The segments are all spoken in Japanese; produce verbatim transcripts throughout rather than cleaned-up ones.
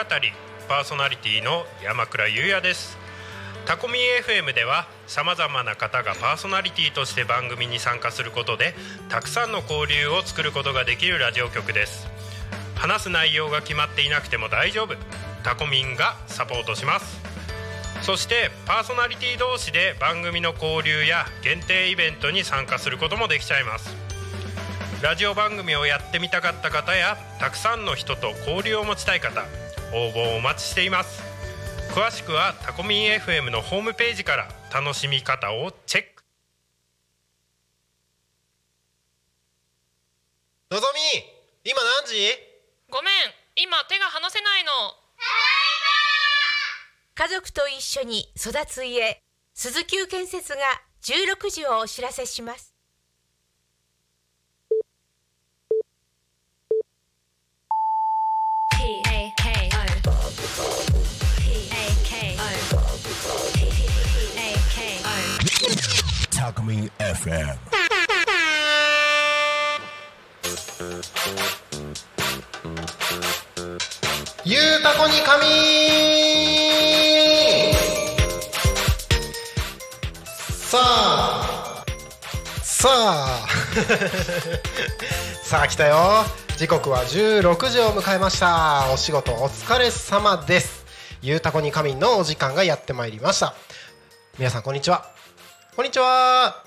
語りパーソナリティの山倉優也です。タコミン エフエム ではさまざまな方がパーソナリティとして番組に参加することでたくさんの交流を作ることができるラジオ局です。話す内容が決まっていなくても大丈夫、タコミンがサポートします。そしてパーソナリティ同士で番組の交流や限定イベントに参加することもできちゃいます。ラジオ番組をやってみたかった方やたくさんの人と交流を持ちたい方、応募をお待ちしています。詳しくはタコミン エフエム のホームページから楽しみ方をチェック。 のぞみ、今何時？ ごめん、今手が離せないの。 家族と一緒に育つ家、鈴木建設がじゅうろくじをお知らせします。 タコミン エフエム。 ゆうたこに仮眠。さあさあさあ来たよ。時刻はじゅうろくじを迎えました。お仕事お疲れ様です。ゆうたこに仮眠のお時間がやってまいりました。皆さんこんにちは。こんにちは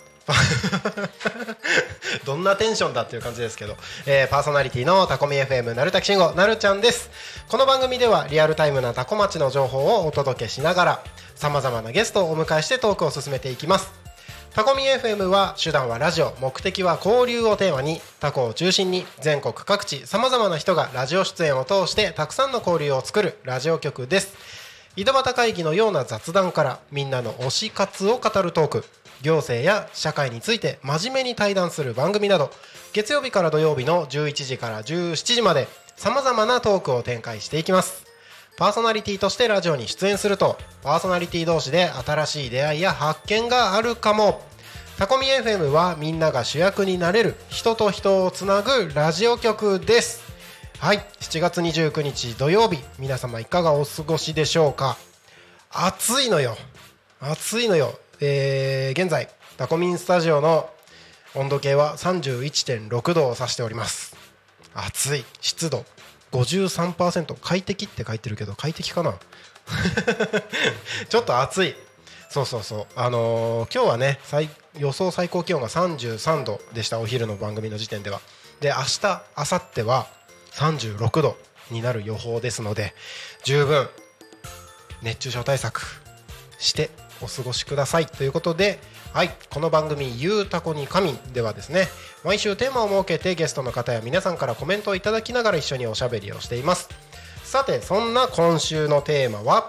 どんなテンションだっていう感じですけど、えー、パーソナリティのタコミ エフエム なるたきしんごなるちゃんです。この番組ではリアルタイムなタコ町の情報をお届けしながらさまざまなゲストをお迎えしてトークを進めていきます。タコミ エフエム は手段はラジオ、目的は交流をテーマにタコを中心に全国各地さまざまな人がラジオ出演を通してたくさんの交流を作るラジオ局です。井戸端会議のような雑談からみんなの推し活を語るトーク、行政や社会について真面目に対談する番組など、月曜日から土曜日のじゅういちじからじゅうしちじまでさまざまなトークを展開していきます。パーソナリティとしてラジオに出演するとパーソナリティ同士で新しい出会いや発見があるかも。タコミ エフエム はみんなが主役になれる人と人をつなぐラジオ局です。はい、しちがつにじゅうくにち土曜日、皆様いかがお過ごしでしょうか。暑いのよ暑いのよ、えー、現在タコミンスタジオの温度計は さんじゅういってんろくどを指しております。暑い。湿度 ごじゅうさんパーセント、 快適って書いてるけど快適かなちょっと暑い。そうそうそう、あのー、今日はね最予想最高気温がさんじゅうさんどでした。お昼の番組の時点では。で明日明後日はさんじゅうろくどになる予報ですので、十分熱中症対策してお過ごしくださいということで、はい、この番組ゆうたこに仮眠ではですね、毎週テーマを設けてゲストの方や皆さんからコメントをいただきながら一緒におしゃべりをしています。さて、そんな今週のテーマは、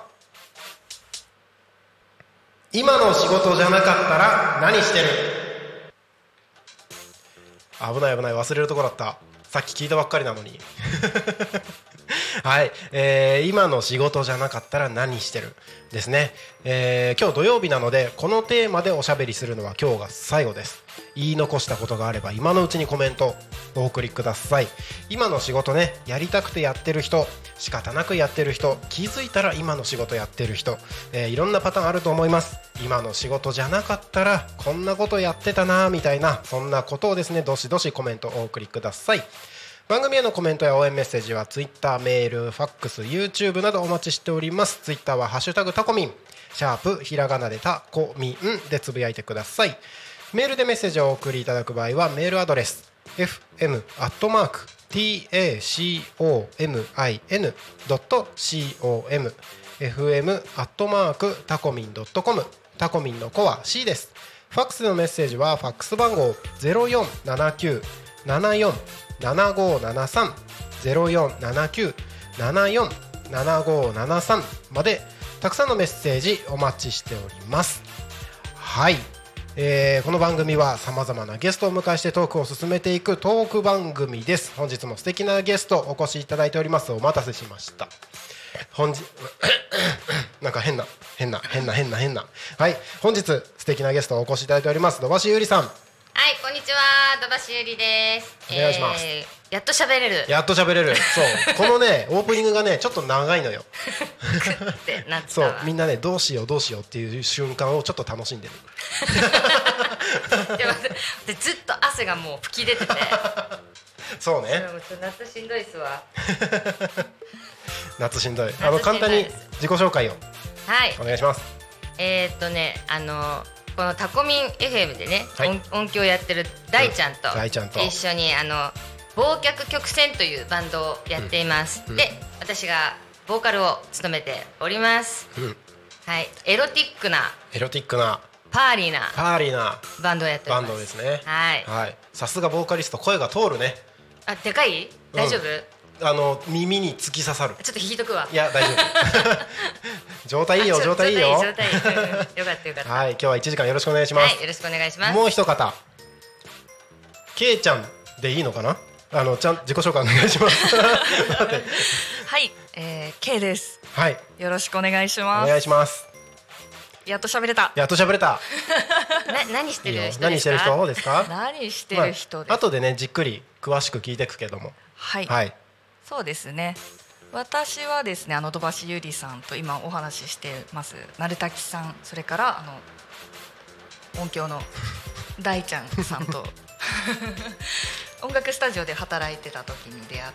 今の仕事じゃなかったら何してる。危ない危ない、忘れるとこだった。さっき聞いたばっかりなのにはい、えー、今の仕事じゃなかったら何してるですね。えー、今日土曜日なのでこのテーマでおしゃべりするのは今日が最後です。言い残したことがあれば今のうちにコメントお送りください。今の仕事ね、やりたくてやってる人、仕方なくやってる人、気づいたら今の仕事やってる人、えー、いろんなパターンあると思います。今の仕事じゃなかったらこんなことやってたなみたいな、そんなことをですね、どしどしコメントお送りください。番組へのコメントや応援メッセージは Twitter、メール、ファックス、YouTube などお待ちしております。 Twitter はハッシュタグタコミン、シャープひらがなでタコミンでつぶやいてください。メールでメッセージをお送りいただく場合はメールアドレス エフエム アットマーク タコミン ドット コム エフエム アットマーク タコミン ドット コム、 タコミンの子は C です。ファックスのメッセージはファックス番号 ゼロよんななきゅうななよんななごななさん ゼロよんななきゅうななよんななごななさんまでたくさんのメッセージお待ちしております。はい、えー、この番組はさまざまなゲストをお迎えしてトークを進めていくトーク番組です。本日も素敵なゲストお越しいただいております。お待たせしました。本日なんか変な変な変な変な変なはい、本日素敵なゲストをお越しいただいております。土橋ゆりさん。 はい、 こんにちは、土橋ゆりです。 お願いします、 えー、やっと喋れる。 やっと喋れる。そうこのねオープニングがねちょっと長いのよってなったそわ。 うみんなねどうしようどうしようっていう瞬間をちょっと楽しんでるでもでずっと汗がもう吹き出ててそうね夏しんどいっすわ夏しんどい。あの簡単に自己紹介をはいお願いします。 えー、っとねあのこのタコミン エフエム でね、 はい、 音, 音響やってる大ちゃんと、 うん、大ちゃんと一緒にあの忘却曲線というバンドをやっています、うん、で私がボーカルを務めております、うん、はい、エロティックなエロティックなパーリーなパーリーなバンドをやっております。 バンドですね。 はい、 はい、さすがボーカリスト声が通るね。 あ、でかい？大丈夫？ うんあの耳に突き刺さる。 ちょっと引いとくわ。 いや大丈夫状態いいよ状態いいよ状態いい状態いい、うん、よかったよかったはい、今日はいちじかんよろしくお願いします。 はい、よろしくお願いします。 もう一方けいちゃんでいいのかな。あのちゃん自己紹介お願いしますはい、えー、K です。 はい、 よろしくお願いします。 お願いします。 やっと喋れた。 やっと喋れたな何してる人ですか？ 何してる人ですか？ 何してる人です、 まあ、後でねじっくり詳しく聞いていくけども、 はい、 はい、 そうですね。私はですね、あの土橋ゆりさんと今お話ししてます鳴滝さん、それからあの音響の大ちゃんさんと音楽スタジオで働いてた時に出会って、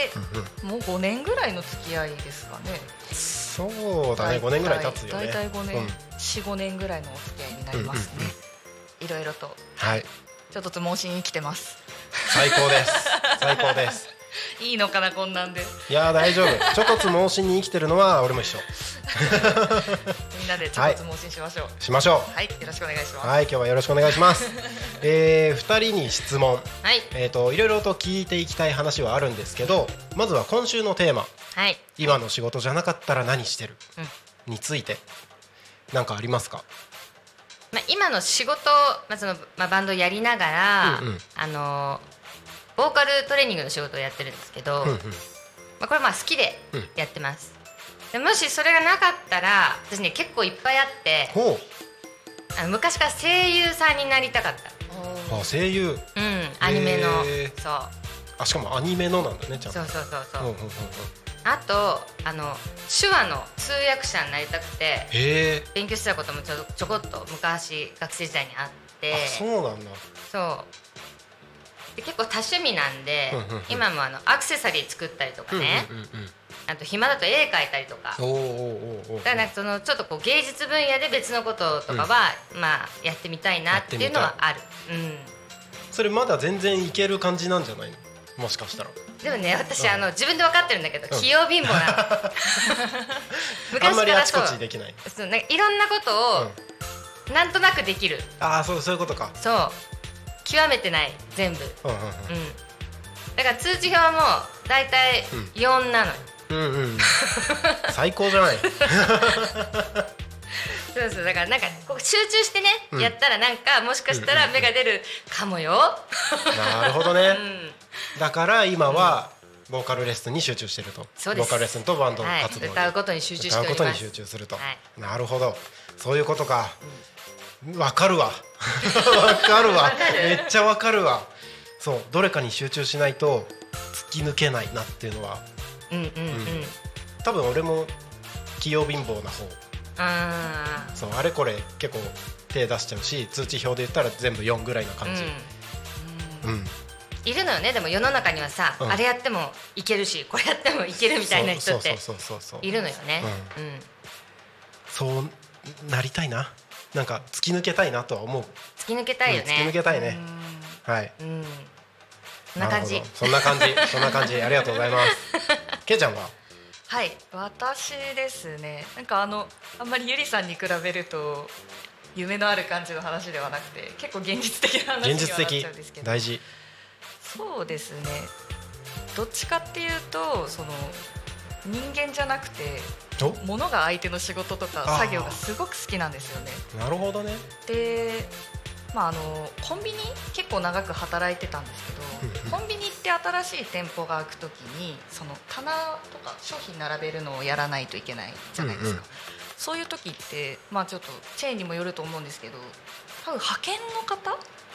もうごねんぐらいの付き合いですかね。 そうだね、ごねんぐらい経つよね。 だいたいごねん、 うん、よん、 ごねんぐらいのお付き合いになりますね、うんうんうん、いろいろと、 はい、 ちょっとつ盲信生きてます。 最高です最高ですいいのかなこんなんで。 いや大丈夫、ちょこつ盲信に生きてるのは俺も一緒みんなでちょこつ盲信しましょう、はい、 しましょう。はい、よろしくお願いします。 はい、今日はよろしくお願いしますえー、ふたりに質問、 はい、 えーといろいろと聞いていきたい話はあるんですけど、まずは今週のテーマ、 はい、 今の仕事じゃなかったら何してる、 うん、 について何かありますか？ まあ、今の仕事、まあそのまあ、バンドやりながら、うんうん、あのボーカルトレーニングの仕事をやってるんですけど、うんうん、まあ、これまあ好きでやってます、うん、でもしそれがなかったら私ね結構いっぱいあって、あの昔から声優さんになりたかった。 あ、声優、 うん、アニメの、そう、 あ、しかもアニメのなんだね、ちゃんと。 そうそうそうそう、 うんうんうんうん、 あとあの手話の通訳者になりたくて、 へ勉強してたこともちょちょこっと昔学生時代にあって。 あ、そうなんだ。 そうで結構多趣味なんで、うんうんうん、今もあのアクセサリー作ったりとかね、うんうんうんうん、あと暇だと絵描いたりとか、 おーおーおーおー、 だからなんかそのちょっとこう芸術分野で別のこととかは、うん、まあやってみたいなっていうのはある、うん、 それまだ全然いける感じなんじゃないの？もしかしたら。 でもね、私、うん、あの自分で分かってるんだけど、うん、器用貧乏なの昔からそう、 あんまりあちこちできない。 そう、なんかいろんなことを、うん、なんとなくできる。 ああ、そう、そういうことか。 そう、極めてない全部、うんうんうんうん、だから通知表もだいたいよんなの、うんうんうん、 最高じゃないそうそう、だからなんかこう集中してね、うん、やったらなんかもしかしたら芽が出るかもよ、 なるほどね、うん、だから今はボーカルレッスンに集中してると。 そうです。 ボーカルレッスンとバンド活動に、 はい、歌うことに集中しております。 歌うことに集中すると、 はい、 なるほど、そういうことか、うん、分かるわ分かるわめっちゃ分かるわ。そう、どれかに集中しないと突き抜けないなっていうのは、 うんうんうん、うん、 多分俺も器用貧乏な方。 あ, そう、あれこれ結構手出しちゃうし、通知表で言ったら全部よんぐらいな感じ、うんうん、いるのよね。でも世の中にはさ、うん、あれやってもいけるしこれやってもいけるみたいな人っているのよね。 そうなりたいな、なんか突き抜けたいなとは思う。 突き抜けたいよね、 うん、突き抜けたいね。はい、 うん、そんな感じ、 そんな感じそんな感じありがとうございますけいちゃんは？ はい、私ですね、なんかあのあんまりゆりさんに比べると夢のある感じの話ではなくて、結構現実的な話にはなっちゃうんですけど、 大事。 そうですね、どっちかっていうとその人間じゃなくて物が相手の仕事とか作業がすごく好きなんですよね。 なるほどね。 で、まあ、あのコンビニ結構長く働いてたんですけど、コンビニって新しい店舗が開くときにその棚とか商品並べるのをやらないといけないじゃないですか、うんうん、そういう時って、まあ、ちょっとチェーンにもよると思うんですけど、多分派遣の方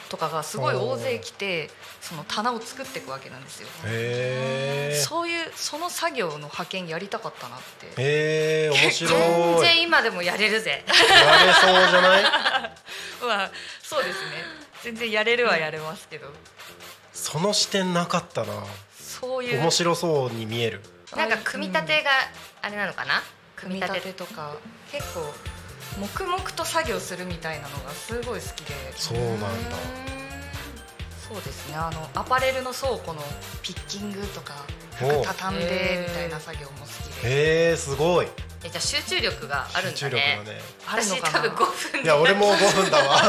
とかがすごい大勢来てその棚を作っていくわけなんですよ。 へー、 そういうその作業の派遣やりたかったなって。 へー、面白い。 全然今でもやれるぜ。 やれそうじゃない？ まあそうですね、全然やれるはやれますけど、 その視点なかったな。 そういう面白そうに見える。 なんか組み立てがあれなのかな、 組み立てとか結構黙々と作業するみたいなのがすごい好きで。 そうなんだ。 そうですね、あのアパレルの倉庫のピッキングとかおう畳んでみたいな作業も好きで。 へー、すごい。 えじゃあ集中力があるん集中だね。 力がね。 私あるのかな。 多分ごふんでいや俺もごふんだわ。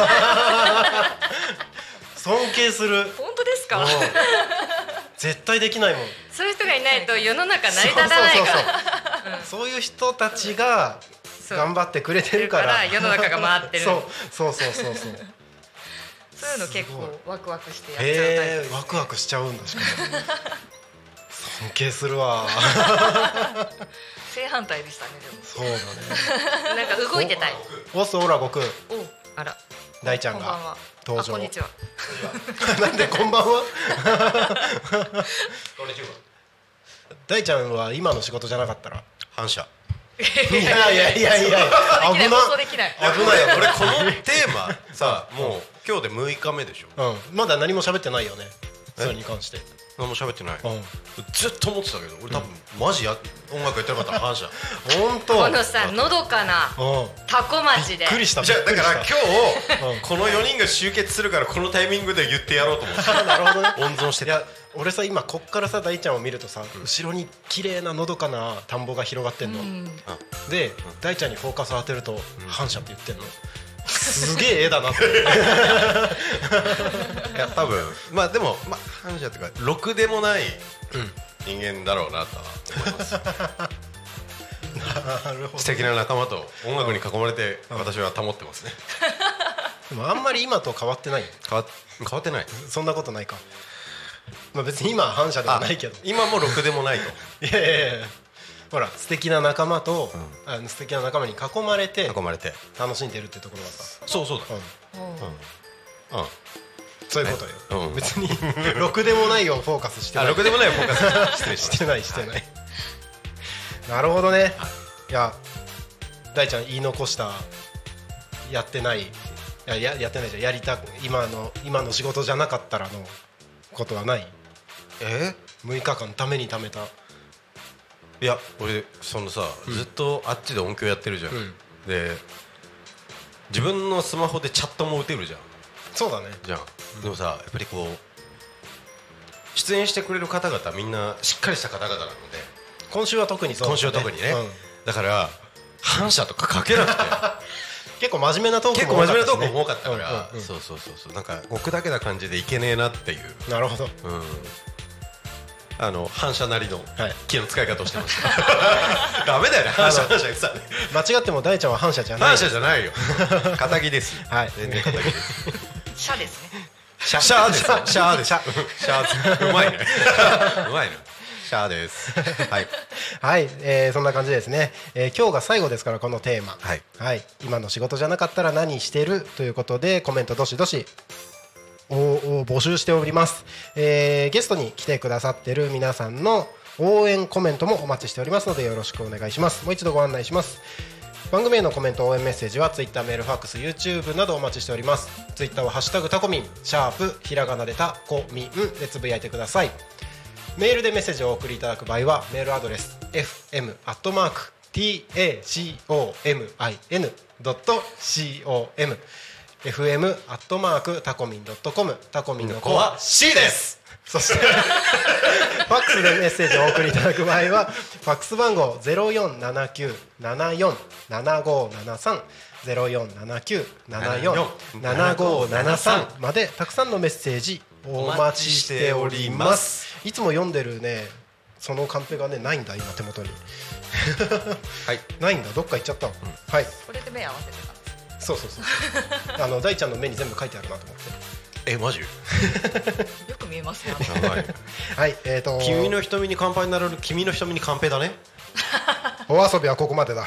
尊敬する。 本当ですか。 うん絶対できないもん。 そういう人がいないと世の中成り立たないから。 そうそうそうそうそういう人たちが頑張ってくれてるからそう世の中が回ってる。 そうそうそうそうそう。 そういうの結構ワクワクしてやっちゃうタイプへですね。 ー、ワクワクしちゃうんだ。しかも尊敬するわ。 正反対でしたね。でもそうだね。 なんか動いてたい。 ボスオラ悟空、 おあら。 大ちゃんがこんばんは。 登場。 あこんにちは。 なんでこんばんは。大ちゃんは今の仕事じゃなかったら反射。 いやいやいやいや危な放送できない。 危ないよ俺このテーマさもう今日でむいかめでしょ。 うん、まだ何も喋ってないよね、それに関して。 何も喋ってない、 うん、 ずっと思ってたけど俺多分マジや音楽やってなかったら反射。 本当。 このさのどかなうん、 タコ町でびっくりした。 じゃあだから今びっく日うんこのよにんが集結するからこのタイミングで言ってやろうと思ってりしたなるほどね。 温存してた。 いや俺さ今こっからさ大ちゃんを見るとさ、後ろに綺麗なのどかな田んぼが広がってんの、で大ちゃんにフォーカス当てると反射って言ってんの、すげえ絵だなっていや多分まあでもまあ反射っていうかろくでもない人間だろうなとは思いますなるほど。 素敵な仲間と音楽に囲まれて私は保ってますね。 でもあんまり今と変わってない。 変わ変わってない。 そんなことないか。まあ別に今は反射ではないけど。 今もろくでもないと。 いやいやいやほら素敵な仲間と、うん、あの素敵な仲間に囲まれて囲まれて楽しんでるってところがさ、 そうそうだ、 うんうんうん、 そういうことよ、 うん、 別にろくでもないをフォーカスしてない。 あろくでもないをフォーカスしてないしてないなるほどね、はい、いや大ちゃん言い残したやってないいや や, やってないじゃんやりた今の今の仕事じゃなかったらのことはない？ えむいかかんために貯めた。 いや俺そのさ、うん、ずっとあっちで音響やってるじゃん、うん、で自分のスマホでチャットも打てるじゃん。 そうだねじゃん、うん、でもさやっぱりこう出演してくれる方々みんなしっかりした方々なので今週は特にそうだね。 今週は特にね、うん、だから反射とかかけなくて結構真面目なトークも多かったし、ね、結構真面目なトークも多かったから、 うんうんうん、 そうそうそうそうなんか僕だけな感じでいけねえなっていう。 なるほど、 うんあの反射なりの気の使い方をしてました、はい、ダメだよね反射反射言ってたね。 間違っても大ちゃんは反射じゃない。 反射じゃないよ肩着ですはい全然肩着ですシャですね。 シャシャーですシャーですシャーうまいねうまいねシャーですはいはい、えー、そんな感じですね、えー、今日が最後ですからこのテーマ、 はいはい、今の仕事じゃなかったら何してるということでコメントどしどしを募集しております、えー、ゲストに来てくださってる皆さんの応援コメントもお待ちしておりますのでよろしくお願いします。もう一度ご案内します。番組へのコメント応援メッセージは Twitter、メール、ファックス、YouTube などお待ちしております。 Twitter はハッシュタグタコミンシャープひらがなでタコミンでつぶやいてください。メールでメッセージをお送りいただく場合はメールアドレス エフエム アットマーク タコミン ドット コムエフエム アットマークタコミン ドット コム タコミンの子は C です。そしてファックスでメッセージをお送りいただく場合はファックス番号 ゼロよんななきゅう ななよん ななごななさん ゼロよんななきゅう ななよん ななごななさんまでたくさんのメッセージお待ちしております。いつも読んでるねそのカンペがねないんだ今手元にはいないんだどっか行っちゃった、うん、はいこれで目合わせてたんです。 そうそうそうあの大ちゃんの目に全部書いてあるなと思ってえマジよく見えますねはい、えーと君の瞳に乾杯になる君の瞳に乾杯だねお遊びはここまでだ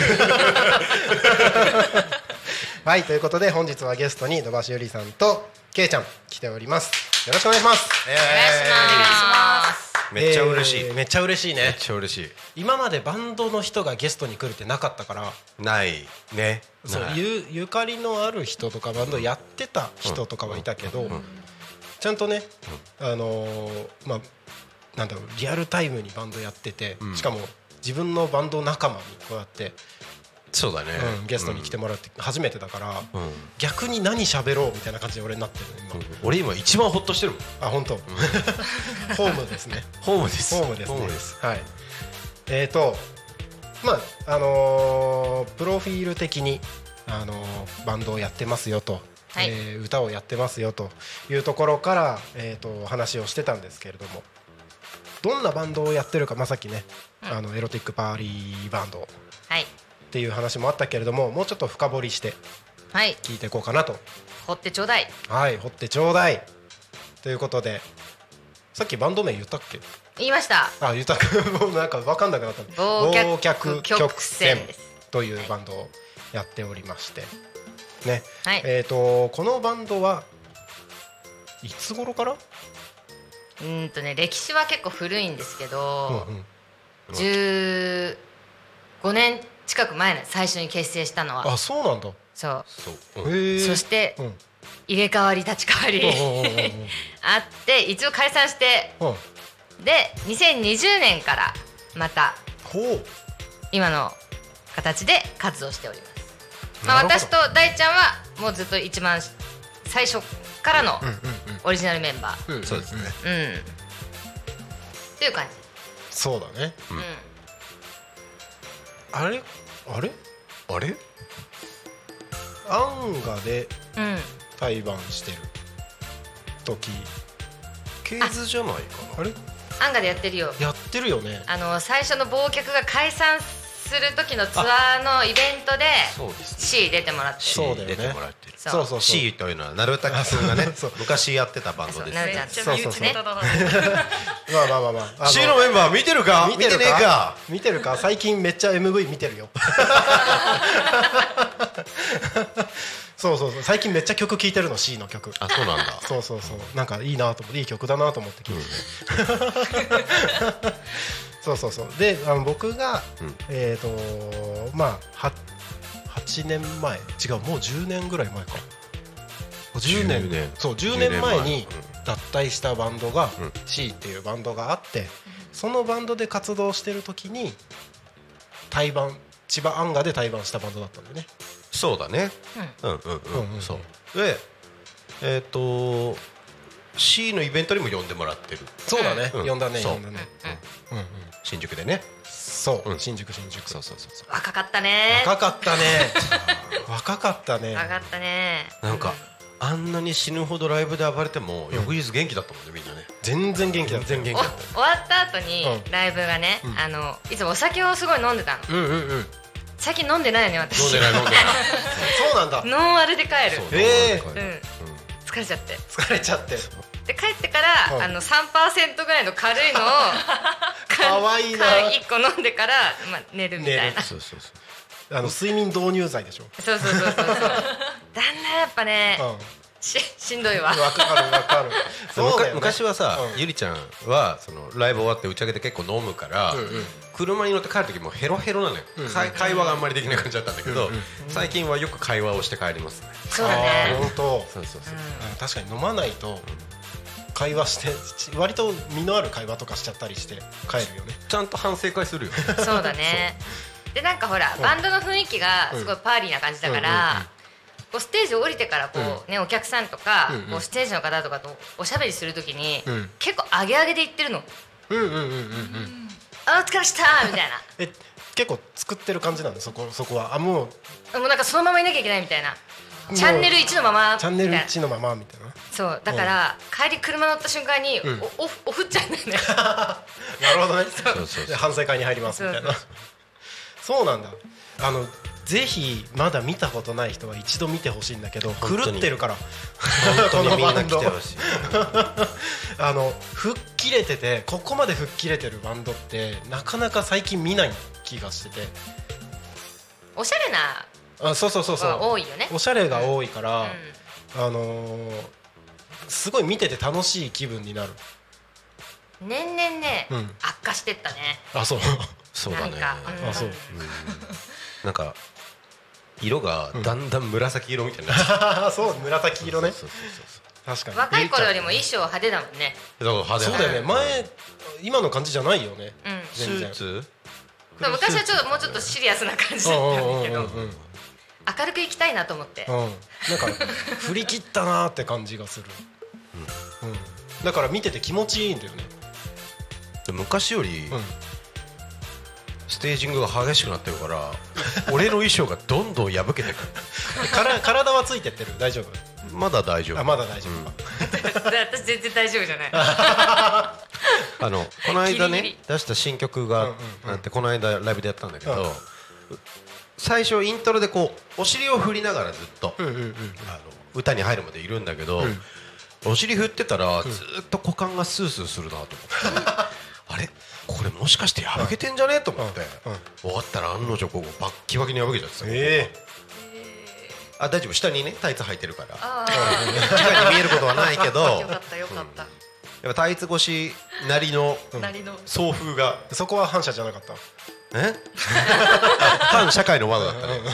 はいということで本日はゲストに土橋ゆりさんとけいちゃん来ております。よろしくお願いします。 お願いします。 めっちゃ嬉しい、 えーめっちゃ嬉しいね。 めっちゃ嬉しい。 今までバンドの人がゲストに来るってなかったから、 ないね。 そうないゆゆかりのある人とかバンドやってた人とかはいたけど、ちゃんとね、あのーまあなんだろう、リアルタイムにバンドやってて、 うんしかも自分のバンド仲間にこうやって、 そうだね、 うん、ゲストに来てもらうって初めてだから、 うんうん逆に何喋ろうみたいな感じで俺になってる今、 俺今一番ホッとしてるもん。 あ、本当、ホームですね。 ホームです。 ホームですね。 ホームです。 はい。えーとまああのープロフィール的に、あのーバンドをやってますよと、 はいえー歌をやってますよというところから、えーと話をしてたんですけれども、どんなバンドをやってるか、まあ、さっきね、 うんあのエロティックパーリーバンドっはいていう話もあったけれども、もうちょっと深掘りしてはい聞いていこうかなと。 掘ってちょうだい。 はい、掘ってちょうだいということで、さっきバンド名言ったっけ？ 言いました。 あ、言ったもうなんか分かんなくなった。 忘却曲曲線ですというバンドをやっておりましてね、 はいえーとこのバンドはいつ頃から？ うーんとね歴史は結構古いんですけど、 うんうんじゅうごねん近く前の最初に結成したのは。 あ、そうなんだ。 そうそう。うんへーそしてうん入れ替わり立ち替わりうんうんうんうんあって一応解散してうんでにせんにじゅうねんからまたほう。 今の形で活動しております。まあ、 なるほど私と大ちゃんはもうずっと一番最初からのうんうんオリジナルメンバー、 うんうんそうですね。 うんっていう感じ。 そうだね。 うんあれあれあれ？ アンガでうん対バンしてる時、 ケーズじゃないかな。 あれアンガでやってるよ。 やってるよね。 あの最初の忘却が解散する時のツアーのイベントでそうですね。 C 出てもらって、 そうだよね出てもらってる。 そうそうそうそう。 C というのは鳴滝君がねそう昔やってたバンドそうです。 なるちゃんそうそうそうねだな。 まあまあまあまあ。あの C のメンバー見てるか？ 見てるねえか。 見てるか。最近めっちゃ エムブイ 見てるよ。そうそうそう。最近めっちゃ曲聴いてるの C の曲。 あ、そうなんだ。 そうそうそう。なんかいいなと思って、いい曲だなと思って聴いてて。そうそうそう。で、あの僕が、 うんえっとまあははちねんまえ、違う、もうじゅうねんぐらい前か。じゅうねん。 じゅうねんそう、じゅうねんまえにじゅうねん前脱退したバンドがうん C っていうバンドがあって、そのバンドで活動してる時に対バン、千葉アンガで対バンしたバンドだったんだよね。 そうだね。うんうんうんうんうん。そう。で、えっと C のイベントにも呼んでもらってる。 そうだね、 うん呼んだね、 そう呼んだね。うんうん、 新宿でね。 そう、 うん新宿新宿。 そうそうそうそう。 若かったね。 若かったね。若かったね。 若かったね。 なんかあんなに死ぬほどライブで暴れても翌日元気だったもんね、みんなね。 全然元気だった。 全然元気だっお終わった後にうんライブがね、 うんあのいつもお酒をすごい飲んでたの。 うんうんうん。 最近飲んでないよね私。 た。飲んでない飲んでない。 そうなんだ。 ノンアルで帰るそう。 えーうん、疲れちゃって。 疲れちゃって。 で帰ってから、 うんあの さんパーセント ぐらいの軽いのをかわいいな。 いっこ飲んでから、まあ、寝るみたいな。 そうそうそう。 あの睡眠導入剤でしょ。 そうそうそうそうそう。だんだんやっぱね、 うん。 ししんどいわ。 わかるわかる。そうだよね。 昔はさ、 うんゆりちゃんはそのライブ終わって打ち上げで結構飲むから、 うんうん車に乗って帰る時もヘロヘロなのよ、 うんか会話があんまりできない感じだったんだけど、 うんうん最近はよく会話をして帰りますね。 そうだあーね。 本当。 そうそうそう、 うん確かに飲まないと会話して割と身のある会話とかしちゃったりして帰るよね。 ちゃんと反省会するよそうだね。でなんかほら、バンドの雰囲気がすごいパーリーな感じだから、 うんうんうんうんこうステージ降りてからこう、ね、お客さんとか、 うんうんこうステージの方とかとおしゃべりするときに、 うん結構アゲアゲで言ってるの。 うんうんうんうんうん。 あお疲れしたみたいえ結構作ってる感じなのそこそこは。あもうな。もうなんかそのままいなきゃいけないみたいな。 うチャンネルいちのままみチャンネルたいないちのままみたいな。 そうだから、帰り車乗った瞬間に、 うんおおおふっちゃうんだよね。 なるほどね。 そうそうそうで反省会に入りますみたいな。 そうそうなんだ。あのぜひまだ見たことない人は一度見てほしいんだけど、 本当に狂ってるから本当にみんな来てこのバンドほしいあの吹っ切れてて、ここまで吹っ切れてるバンドってなかなか最近見ない気がしてて。 おしゃれなあそうそうそうそうは多いよね。 おしゃれが多いから、 うんあのーすごい見てて楽しい気分になる。 年々ね、 うん悪化してったね。 あそうそうだねなんか、うんあそうなんか色がだんだん紫色みたいになってきたそう紫色ね。 そうそうそう確かに若い頃よりも衣装派手だもんね。 そうだから派手そうだよね。前今の感じじゃないよね。 うんス全然ーツそう昔はちょっともうちょっとシリアスな感じだったんだけど、 うんうんうんうん明るくいきたいなと思って。 うん、なんか振り切ったなーって感じがする、うんうん、だから見てて気持ちいいんだよね。 で昔よりうんステージングが激しくなってるから俺の衣装がどんどん破けてくから体はついてってる。大丈夫？ るまだ大丈夫。 あまだ大丈夫、 うん私全然大丈夫じゃない。 あのこの間ねギリギリ出した新曲がうんうんうんあってこの間ライブでやったんだけど、 うん最初イントロでこうお尻を振りながらずっと、 うんうんうんあの歌に入るまでいるんだけど、 うんお尻振ってたらずっと股間がスースーするなと思って、あれこれもしかして破けてんじゃねえと思って、 うんうん終わったら案の定ここバッキバキに破けちゃってさ、 えあ大丈夫下にねタイツ履いてるからあ直に見えることはないけどよかったよかった、 やっぱタイツ越しなりのなりの送風がー、そこは反射じゃなかった。 え反社会の罠だったね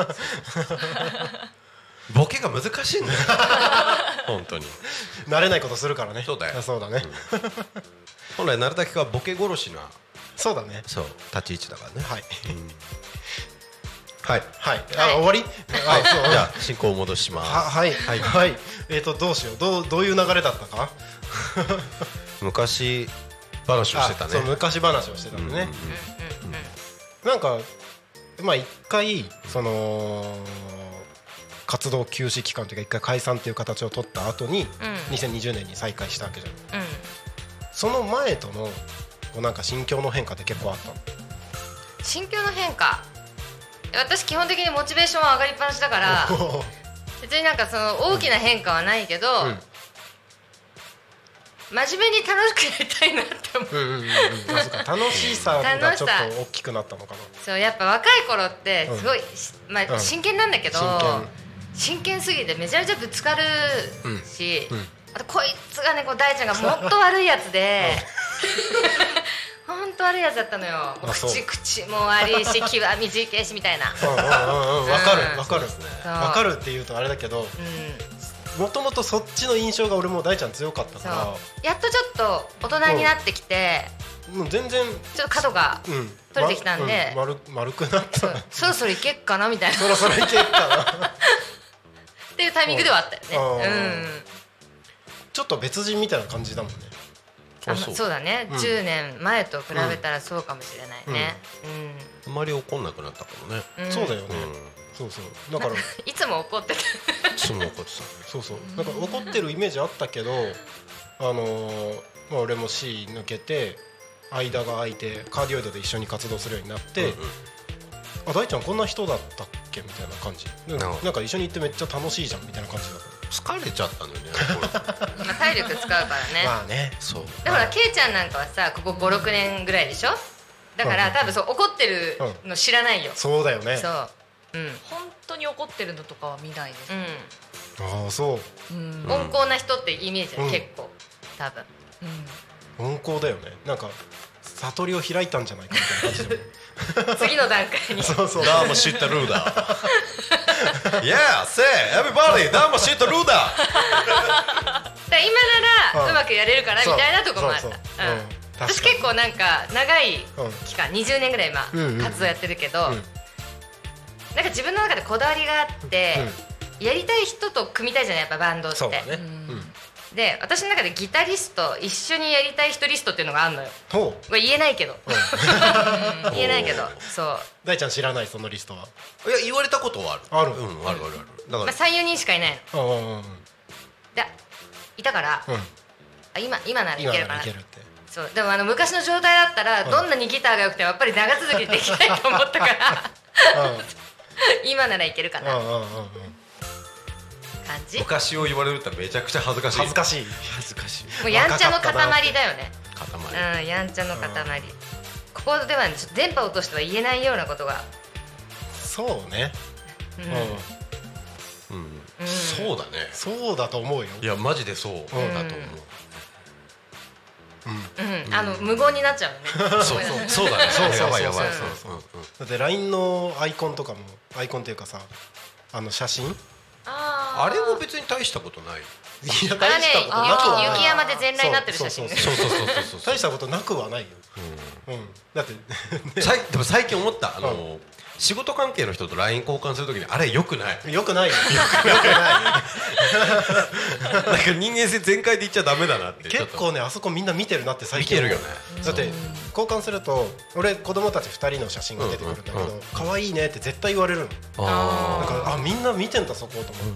ボケが難しいんだよ本当に。 慣れないことするからね。 そうだよあそうだね、 本来鳴滝君はボケ殺しなそうだね。 そう立ち位置だからね。 はい、 はいはい、あ終わり？あそうじゃあ進行を戻します。 ははいはいはい。えっとどうしよう。どうどういう流れだったか。 昔話をしてたね。 あそう昔話をしてたんでね、なんかまあ一回その活動休止期間というか一回解散という形を取った後に、 うんにせんにじゅうねんに再開したわけじゃん。 うんその前とのこうなんか心境の変化って結構あったの。 心境の変化、私基本的にモチベーションは上がりっぱなしだから別になんかその大きな変化はないけど、 うん真面目に楽しくやりたいなって思う。 うんうんうんうんあそうか楽しさがちょっと大きくなったのかな。 そうやっぱ若い頃ってすごい、まあ、 うん真剣なんだけど、 真剣真剣すぎてめちゃめちゃぶつかるし、 うんうんあとこいつがねこう大ちゃんがもっと悪いやつで本当悪いやつだったのよ。 あそう口口も悪いし極みじけしみたいな。 うんうんうんうんわかるわかるそうわかるって言うとあれだけど、 うん、 もともとそっちの印象が俺も大ちゃん強かったそうかやっとちょっと大人になってきて、 ら、もう全然ちょっと角がうん取れてきたんで、 まうん丸丸くなった。 そろそろいけっかなみたいなそろそろいけっかな。 っていうタイミングではあったよね。 うんうんちょっと別人みたいな感じだもんね。 あそうそうだね、 うんじゅうねんまえと比べたらそうかもしれないね、 あんまり怒んなくなったかもね。 うんうんそうだよね。 うんそうそう。だからいつも怒ってたその怒ってた。 そうそう。なんか怒ってるイメージあったけど、あのーまあ俺も C 抜けて間が空いてカーディオイドで一緒に活動するようになって、あ大ちゃんこんな人だったっけみたいな感じ。なんかうんなんか一緒に行ってめっちゃ楽しいじゃんみたいな感じだっ疲れちゃったんだよね。 まあ体力使うからね、 た。まあね。 そう。 でほらケイちゃんなんかはさここごろくねんぐらいでしょ。だから多分そう怒ってるの知らないよ、 そうだよね。 そううん本当に怒ってるのとかは見ないです、 うああそう。 うんん、温厚な人ってイメージだ、 うん結構多分うん温厚だよね。なんか悟りを開いたんじゃないかみたいな感じだもん。 次の段階にそうそう。 どうも知ったルーダー。Yeah, say everybody, どうも知ったルーダー。 だから今なうんらうまくやれるかなみたいなとこもあった。 そうそうそううん私結構なんか長いうん期間にじゅうねんぐらい今うんうん活動やってるけど、 うんなんか自分の中でこだわりがあって、やりたい人と組みたいじゃないやっぱバンドって。 そうだね。 うんで私の中でギタリスト一緒にやりたい人リストっていうのがあるのよ。 ほう。 これ言えないけど言えないけどそう、 大ちゃん知らないそのリストは。 いや言われたことはある。 あるうんあるあるある。だまあ、 からさん、よにんしかいないの。 うんうんうんでいたから、 うん。 あ今今ならい今けるかなならいけるって。 そうでもあの昔の状態だったらどんなにギターが良くてもやっぱり長続きできないと思ったから今ならいけるかなうんうんうんうん。 感じ。も昔を言われるってめちゃくちゃ恥ずかしい。 恥ずかしい。 恥ずかしい。 うやんちゃの塊だよね。 塊。 うんやんちゃの塊。ここでは、ね、ちょっと電波を落としては言えないようなことが、 そうね。 ううんん。 うん、そうだね。 そうだと思うよ。 いやマジでそうだと思う。 うん、あの無言になっちゃうね。 そうそうだね。 そうそうやばいやばい。 だって ライン のアイコンとかもアイコンっていうかさ、あの写真あれも別に大したことない。 いや大したことなくはない。 雪山で全裸になってる写真。 そうそうそうそう。 大したことなくはないよ。うん。だってでも最近思ったあの仕事関係の人と ライン 交換するときにあれ良くない。 良くないよ。良くない。 なんか人間性全開で言っちゃダメだなって。 結構ねあそこみんな見てるなって最近。 見てるよね。 だって交換すると俺子供たちふたりの写真が出てくるんだけど可愛いねって絶対言われるの。だからあみんな見てんだそこと思って。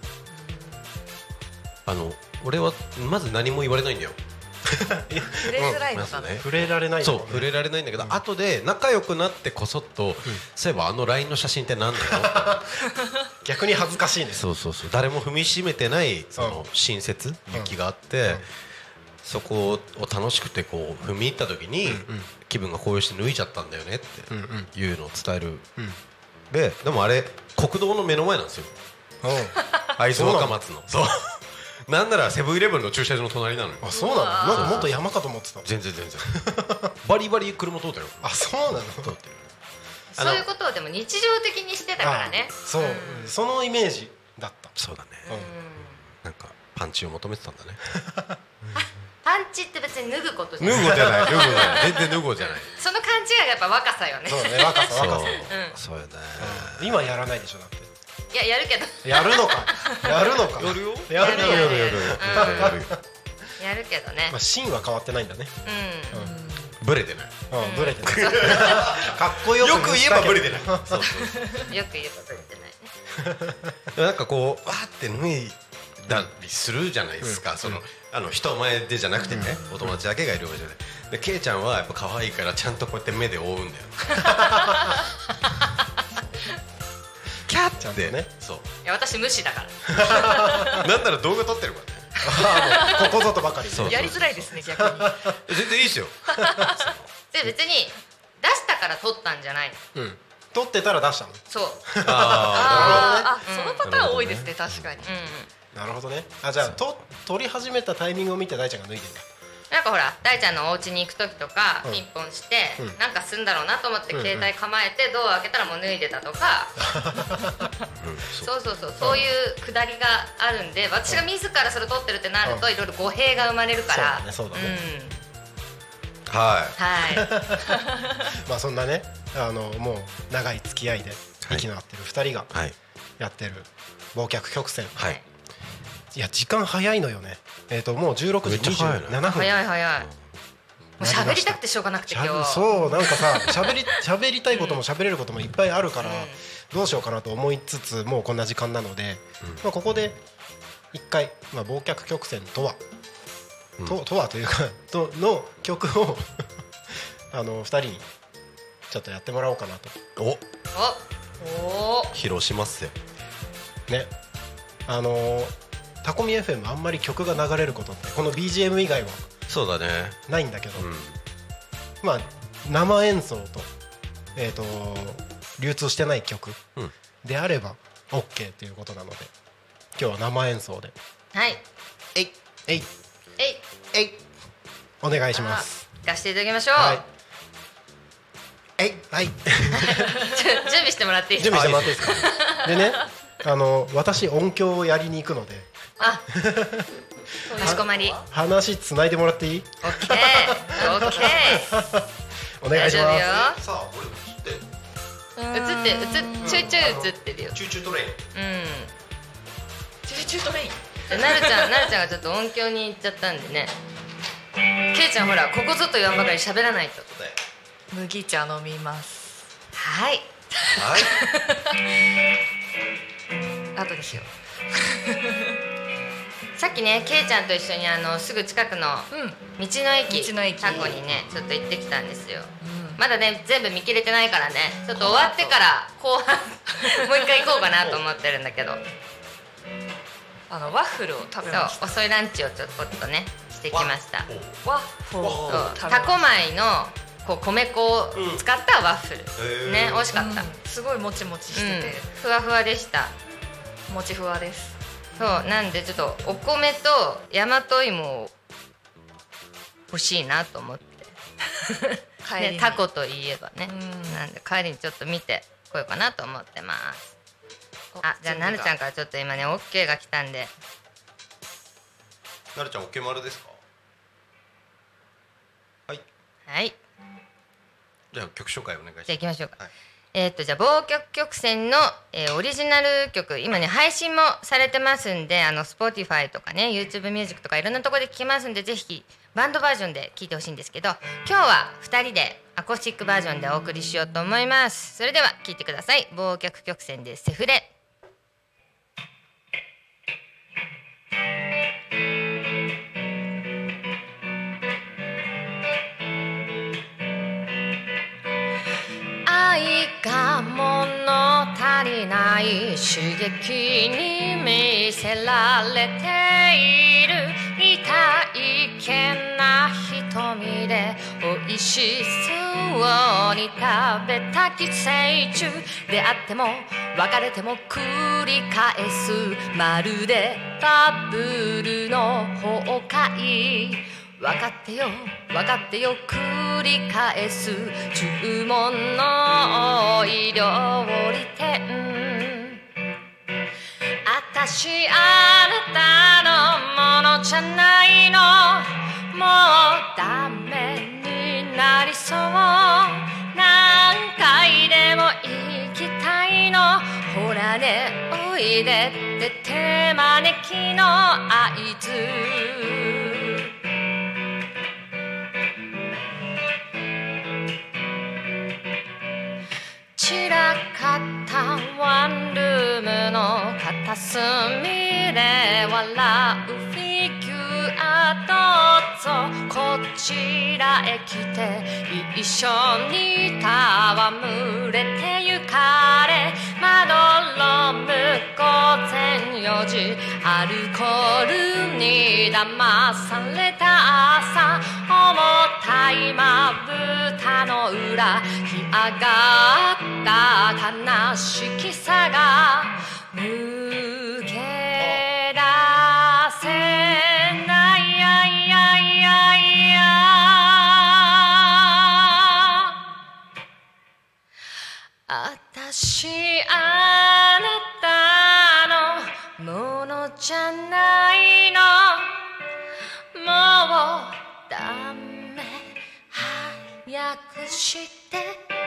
あの俺はまず何も言われないんだよ。 触れづらいのかな。 触れられない。 そう触れられないんだけど、後で仲良くなってこそっと、そういえばあの ライン の写真ってなんだよ。 逆に恥ずかしいね。 そうそうそう。誰も踏みしめてないその新雪雪があって、そこを楽しくてこう踏み入った時に気分が高揚して脱いじゃったんだよねっていうのを伝える。ででもあれ国道の目の前なんですよ。会津若松の。そう。なんならセブンイレブンの駐車場の隣なのよ。 あ、そうなの。なんかもっと山かと思ってた。 全然全然。バリバリ車通ったよ。 あ、そうなの。 通ってる。そういうことをでも日常的にしてたからね。 そう、そのイメージだった。 そうだね。なんかパンチを求めてたんだね。 パンチって別に脱ぐことじゃない。 脱ぐじゃない。脱ぐじゃない。全然脱ぐじゃない。 その勘違いがやっぱ若さよね。 そうね、若さ若さ。 そうよね。 今やらないでしょだって。 いややるけど。 やるのか。やるのか。 やるよ。 やるやるやるやるやるけどね。 まあ芯は変わってないんだね。 うん。 ブレてない。 うん、ブレてない。かっこよくよく言えばブレてない。 よく言えばブレてないね。 なんかこうわーって脱いだりするじゃないですか。そのあの人前でじゃなくてね、お友達だけがいるわけじゃない。でケイちゃんはやっぱ可愛いからちゃんとこうやって目で覆うんだよ。キャッてね。そう。 いや私無視だから。 なんなら動画撮ってるからね。ここぞとばかり。 やりづらいですね逆に。 全然いいですよ。 で別に出したから撮ったんじゃないの。 うん。撮ってたら出したの。 そう。 ああ、そのパターン多いですね確かに。 なるほどね。あ、じゃあと撮り始めたタイミングを見て大ちゃんが脱いでんだ。 なんかほら大ちゃんのお家に行く時とかピンポンしてなんかすんだろうなと思って携帯構えてドアを開けたらもう脱いでたとか。そうそうそう、そういうくだりがあるんで、私が自らそれ撮ってるってなるといろいろ語弊が生まれるから。 そうだね、そうだね。 はいはい。 まあそんなね、あのもう長い付き合いで息の合ってるふたりがやってる忘却曲線。はい。いや時間早いのよね。えっともうじゅうろくじにじゅうななふん。 早い早い。もう喋りたくてしょうがなくて今日。 そうなんかさ喋り喋りたいことも喋れることもいっぱいあるからどうしようかなと思いつつもうこんな時間なので、まあここで一回まあ忘却曲線とはととはというかとの曲をあのふたりにちょっとやってもらおうかなと。 おおお披露しますよね。あのタコミ エフエム あんまり曲が流れることってこの ビージーエム 以外はそうだねないんだけど、うん、まあ生演奏とえっと流通してない曲であれば OK ということなので今日は生演奏ではいえいえいえいえいお願いします。 聞かせていただきましょう。 はいえいはい準備してもらっていいですか。 準備してもらっていいですか。でねあの私音響をやりに行くのであかしこまり話つないでもらっていい？ オッケーオッケーお願いします。 さあ俺映って映って映ちょいちょい映ってるよ。 チューチュートレインうんチューチュートレインなるちゃんなるちゃんがちょっと音響に行っちゃったんでねけいちゃんほらここぞと言わんばかり喋らないと。 麦茶飲みます。 はいはい後にしようさっきねけいちゃんと一緒にあのすぐ近くの道の駅、 道の駅タコにねちょっと行ってきたんですよ、うん、まだね全部見切れてないからねちょっと終わってから後半もう一回行こうかなと思ってるんだけどあのワッフルを食べました。 そう遅いランチをちょっとねしてきました。 ワッフルをそうタコ米のこう米粉を使ったワッフル、うん、ね美味しかった、うん、 すごいもちもちしてて、 うん、ふわふわでした。 もちふわです。 そうなんでちょっとお米と大和芋欲しいなと思ってね、タコといえばね、なんで帰りにちょっと見てこようかなと思ってます。あ、じゃあなるちゃんからちょっと今ね OK が来たんで。 なるちゃん OK 丸ですか？はいはい、 じゃあ曲紹介お願いします。 じゃあ行きましょうか、 はい、 えー、っとじゃあ忘却曲線の、えー、オリジナル曲今ね配信もされてますんで、あの Spotify とかね YouTube ミュージックとかいろんなところで聴けますんで、ぜひバンドバージョンで聴いてほしいんですけど、今日はふたりでアコースティックバージョンでお送りしようと思います。それでは聴いてください。忘却曲線でセフレ。愛が物足りない刺激に見せられている、痛いけな瞳で美味しそうに食べた寄生虫、出会っても別れても繰り返す、まるでバブルの崩壊、分かってよ分かってよ繰り返す、注文の医料理店、あたしあなたのものじゃないの、もうダメになりそう、何回でも行きたいの、ほらねおいでって手招きの合図、散らかったワンルームの片隅で笑うフィギュア、どうぞこちらへ来て一緒に戯れてゆかれ、まどろむ午前よじ、アルコールに騙された朝、重たいまぶたの裏、干上がった悲しきさが抜け出せない、やいやいやいや、あたしあなたのものじゃないの、もうダメ早くして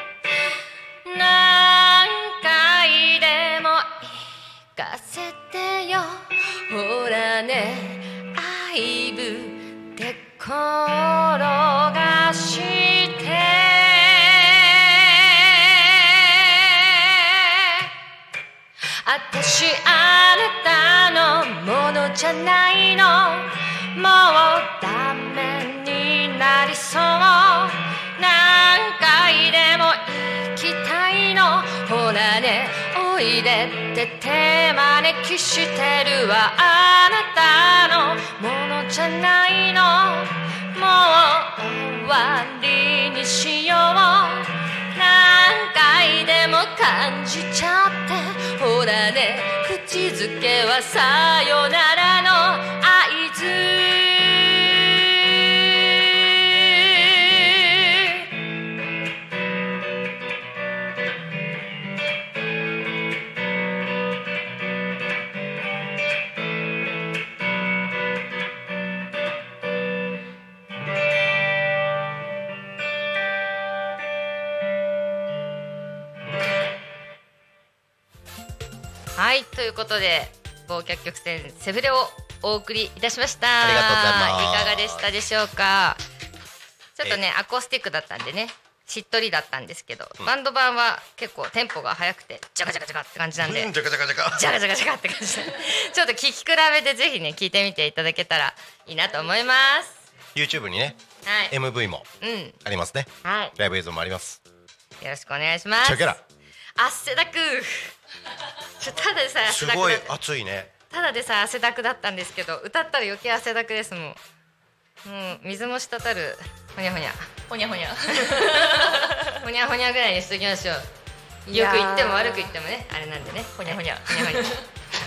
何回でも行かせてよ、ほらね愛ぶって転がしてあたしあなたのものじゃないの、もうダメになりそう、何回でも行きたいの、ほらねおいでって手招きしてるわ、あなたのものじゃないの、もう終わりにしよう、何回でも感じちゃって、ほらね口づけはさよならの合図、はい、ということで忘却曲線セフレをお送りいたしました。 ありがとうございます。 いかがでしたでしょうか。ちょっとねアコースティックだったんでねしっとりだったんですけど、うん、バンド版は結構テンポが速くてジャカジャカジャカって感じなんで、 うん、ジャカジャカジャカジャカジャカジャカって感じでちょっと聴き比べてぜひね聴いてみていただけたらいいなと思います。 YouTube にね、 はい、 エムブイ もありますね、 うん、はい、 ライブ映像もあります。 よろしくお願いします。 チェケラ汗だくちょただでさえ汗だくだすごい暑いね。 ただでさえ汗だくだったんですけど、歌ったら余計汗だくですもん。もう水も滴るほにゃほにゃほにゃほにゃほにゃほにゃぐらいにしときましょう。よく言っても悪く言ってもねあれなんでね、 ほにゃほにゃほにゃほにゃ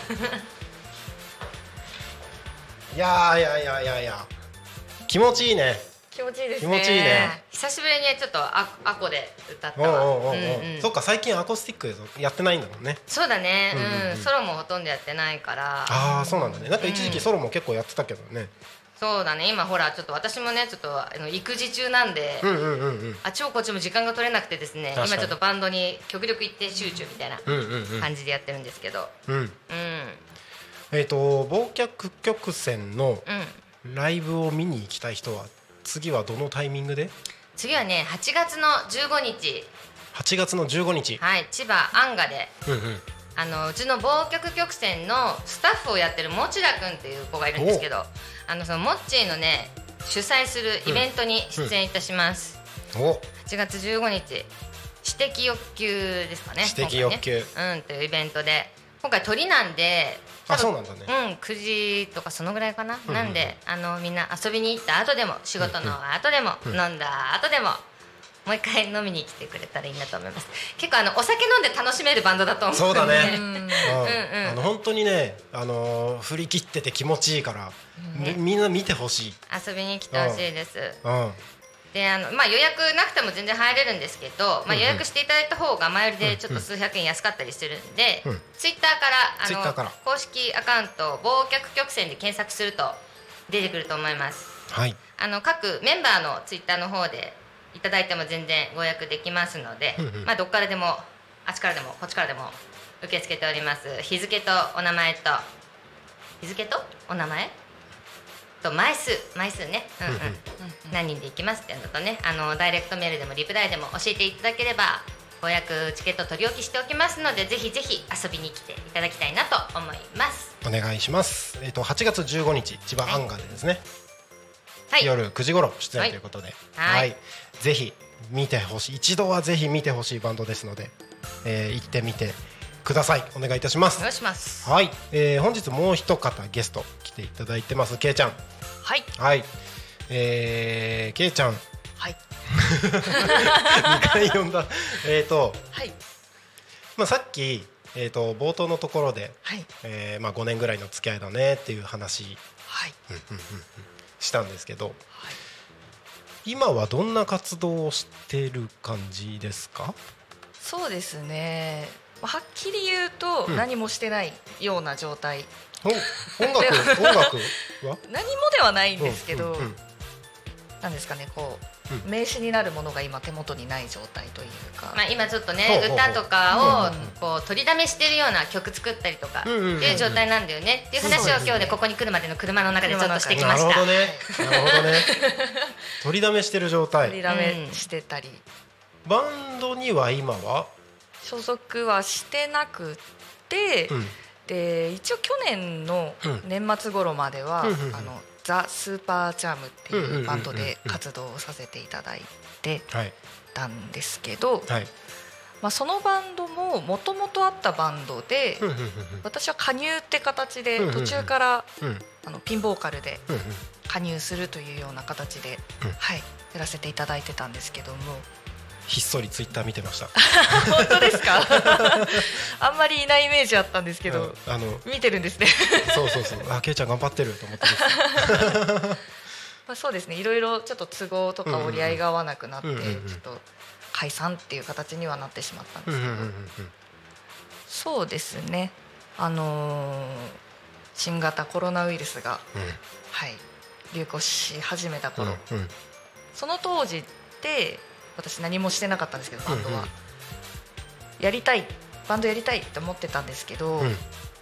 いやーいやいやいやいや気持ちいいね。 気持ちいいですね。 気持ちいいね。 久しぶりにちょっとアアコで歌ったおうわ。 おうおうおう、 うんうんそっか最近アコースティックやってないんだもんね。 そうだね、 うんうんうんうん、ソロもほとんどやってないからああそうなんだね。なんか一時期ソロも結構やってたけどね。 そうだね、今ほらちょっと私もねちょっとあの育児中なんで、 うんうんうんうんあっちもこっちも時間が取れなくてですね、 確かに今ちょっとバンドに極力行って集中みたいなうんうんうん感じでやってるんですけど、 うん。 うんえっ、と忘却曲線のうん、 ライブを見に行きたい人は次はどのタイミングで？ 次はねはちがつのじゅうごにち、 はちがつのじゅうごにち。 はい、千葉アンガでうんうん。 あのうちの忘却曲線のスタッフをやってる持田くんっていう子がいるんですけど、あのそのモッチーのね主催するイベントに出演いたします、 おはちがつじゅうごにち知的欲求ですかね。 知的欲求、 今回ね、うんというイベントで今回鳥なんであそうなんだね。 うん、くじとかそのぐらいかな、 うんうん、 なんであのみんな遊びに行った後でも仕事の後でも、 うん飲んだ後でももう一回飲みに来てくれたらいいなと思います。結構あのお酒飲んで楽しめるバンドだと思うそうだね。 うんうんうんあの本当にね、あのー振り切ってて気持ちいいから、 ねみみんな見てほしい。 遊びに来てほしいです。 うん。 であのまあ、予約なくても全然入れるんですけど、まあ、予約していただいた方が前売りでちょっと数百円安かったりするんで、 うんツイッターからあの Twitter から公式アカウント忘却曲線で検索すると出てくると思います。 はい。 あの各メンバーのツイッターの方でいただいても全然ご予約できますので、 うんうんまあ、どっからでもあっちからでもこっちからでも受け付けております。日付とお名前と日付とお名前と枚数枚数ね、うんうん、何人で行きますっていうのとね、あのダイレクトメールでもリプライでも教えていただければご予約チケット取り置きしておきますので、ぜひぜひ遊びに来ていただきたいなと思います。 お願いします。えっ、とはちがつじゅうごにち千葉アンガでですね。 はい、 夜くじ頃出演ということで、 はいはい、ぜひ見てほしい、一度はぜひ見てほしいバンドですので、えー行ってみてください。お願いいたします。 お願いします。 はい、えー本日もう一方ゲスト来ていただいてます。けいちゃん。 はいはい、えー、けいちゃんはいにかい呼んだえっと、 はいまあ、さっき、えー、と冒頭のところで、 はいえーまあ、ごねんぐらいの付き合いだねっていう話はいしたんですけど、今はどんな活動をしてる感じですか？ そうですね、はっきり言うとうん何もしてないような状態、 お音楽音楽は何もではないんですけど、 うんうんうんなんですかね、こう、 うん名詞になるものが今手元にない状態というか、 まあ、今ちょっとねほうほうほう歌とかうんをこう取りだめしてるような曲作ったりとかってうんうんうんうんいう状態なんだよねっていう話を今日ねここに来るまでの車の中でちょっとしてきまなるした。 ほどね、なるほどね取りだめしてる状態。 取りだめしてたり、 バンドには今は、 所属はしてなくて、 うんで一応去年の年末頃までは、 うんうんうんあのザ・スーパーチャームってうんうんうんうんいうバンドで活動をさせていただいてはいたんですけど、 はい、 まあ、そのバンドももともとあったバンドで、 うんうんうん私は加入って形でうんうんうん途中からうんあのピンボーカルでうんうん加入するというような形で、 うんはい、やらせていただいてたんですけどもひっそりツイッター見てました。 本当ですかあんまりいないイメージあったんですけど、 うんあの見てるんですねそうそうそう、あ、けいちゃん頑張ってると思ってまあそうですね、いろいろちょっと都合とか折り合いが合わなくなって、 うんうんうんちょっと解散っていう形にはなってしまったんですけど、 うんうんうんうんそうですね、あのー新型コロナウイルスが、はい、流行し始めた頃、 うんうんその当時って私何もしてなかったんですけど、バンドは、 うんうんやりたいバンドやりたいって思ってたんですけど、 うん